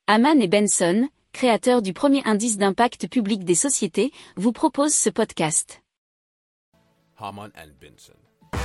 Hamann et Benson, créateurs du premier indice d'impact public des sociétés, vous proposent ce podcast. Hamann and Benson.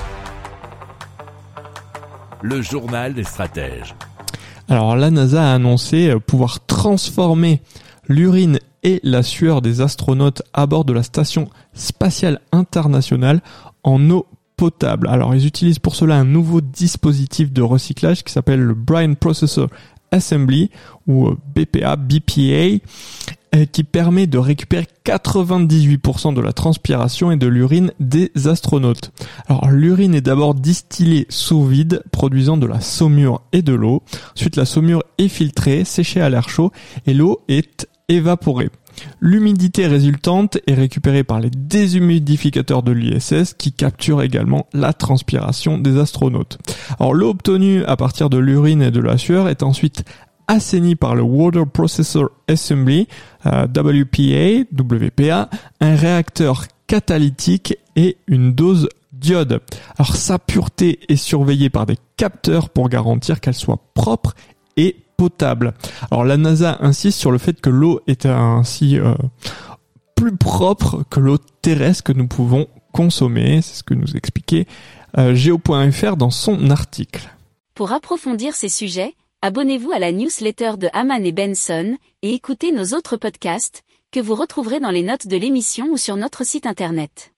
Le journal des stratèges. Alors la NASA a annoncé pouvoir transformer l'urine et la sueur des astronautes à bord de la station spatiale internationale en eau potable. Alors ils utilisent pour cela un nouveau dispositif de recyclage qui s'appelle le Brine Processor Assembly ou BPA, qui permet de récupérer 98% de la transpiration et de l'urine des astronautes. Alors l'urine est d'abord distillée sous vide, produisant de la saumure et de l'eau. Ensuite la saumure est filtrée, séchée à l'air chaud et l'eau est évaporée. L'humidité résultante est récupérée par les déshumidificateurs de l'ISS qui capturent également la transpiration des astronautes. Alors l'eau obtenue à partir de l'urine et de la sueur est ensuite assainie par le Water Processor Assembly, WPA, un réacteur catalytique et une dose d'iode. Alors sa pureté est surveillée par des capteurs pour garantir qu'elle soit propre et potable. Alors la NASA insiste sur le fait que l'eau est ainsi plus propre que l'eau terrestre que nous pouvons consommer. C'est ce que nous expliquait Geo.fr dans son article. Pour approfondir ces sujets, abonnez-vous à la newsletter de Hamann et Benson et écoutez nos autres podcasts que vous retrouverez dans les notes de l'émission ou sur notre site internet.